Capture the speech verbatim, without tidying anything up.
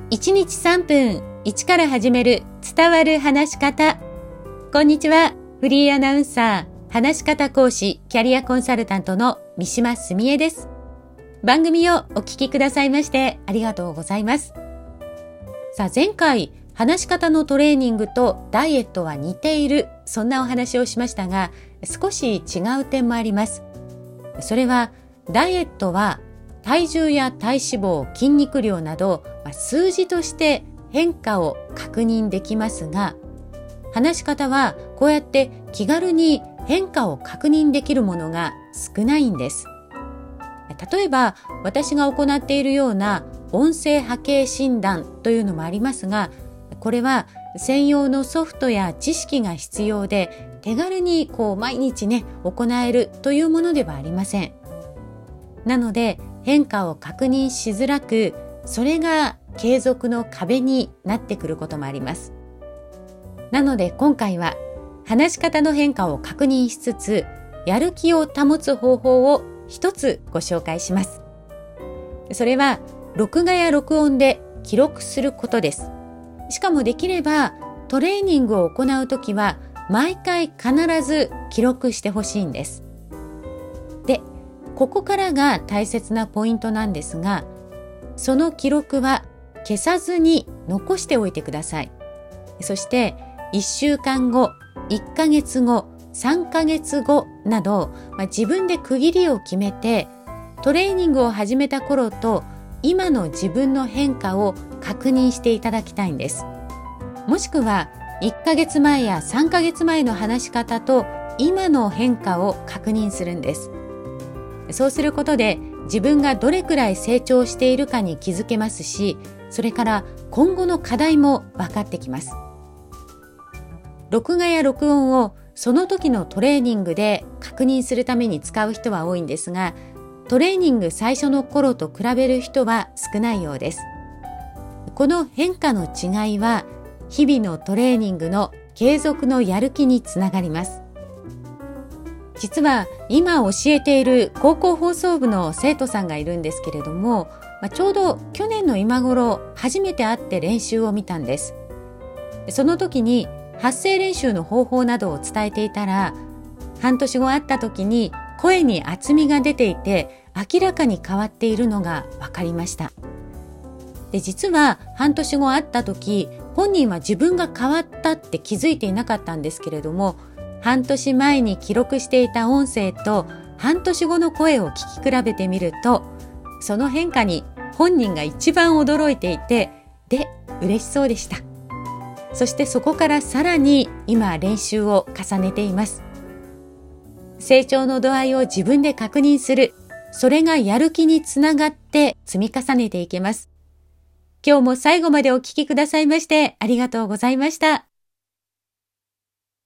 いちにちさんぷん、一から始める伝わる話し方。こんにちは。フリーアナウンサー、話し方講師、キャリアコンサルタントの三島澄江です。番組をお聞きくださいましてありがとうございます。さあ、前回、話し方のトレーニングとダイエットは似ている、そんなお話をしましたが、少し違う点もあります。それは、ダイエットは体重や体脂肪、筋肉量など、数字として変化を確認できますが、話し方はこうやって気軽に変化を確認できるものが少ないんです。例えば、私が行っているような音声波形診断というのもありますが、これは専用のソフトや知識が必要で、手軽にこう毎日ね、行えるというものではありません。なので、変化を確認しづらく、それが継続の壁になってくることもあります。なので今回は話し方の変化を確認しつつ、やる気を保つ方法を一つご紹介します。それは録画や録音で記録することです。しかもできればトレーニングを行うときは毎回必ず記録してほしいんです。で、ここからが大切なポイントなんですが、その記録は消さずに残しておいてください。そしていっしゅうかんご、いっかげつご、さんかげつごなど、まあ、自分で区切りを決めて、トレーニングを始めた頃と今の自分の変化を確認していただきたいんです。もしくはいっかげつまえやさんかげつまえの話し方と今の変化を確認するんです。そうすることで自分がどれくらい成長しているかに気づけますし、それから今後の課題も分かってきます。録画や録音をその時のトレーニングで確認するために使う人は多いんですが、トレーニング最初の頃と比べる人は少ないようです。この変化の違いは、日々のトレーニングの継続のやる気につながります。実は今教えている高校放送部の生徒さんがいるんですけれども、ちょうど去年の今頃初めて会って練習を見たんです。その時に発声練習の方法などを伝えていたら、半年後会った時に声に厚みが出ていて明らかに変わっているのが分かりました。で、実は半年後会った時、本人は自分が変わったって気づいていなかったんですけれども、半年前に記録していた音声と半年後の声を聞き比べてみると、その変化に本人が一番驚いていて、で、嬉しそうでした。そしてそこからさらに今練習を重ねています。成長の度合いを自分で確認する。それがやる気につながって積み重ねていけます。今日も最後までお聞きくださいましてありがとうございました。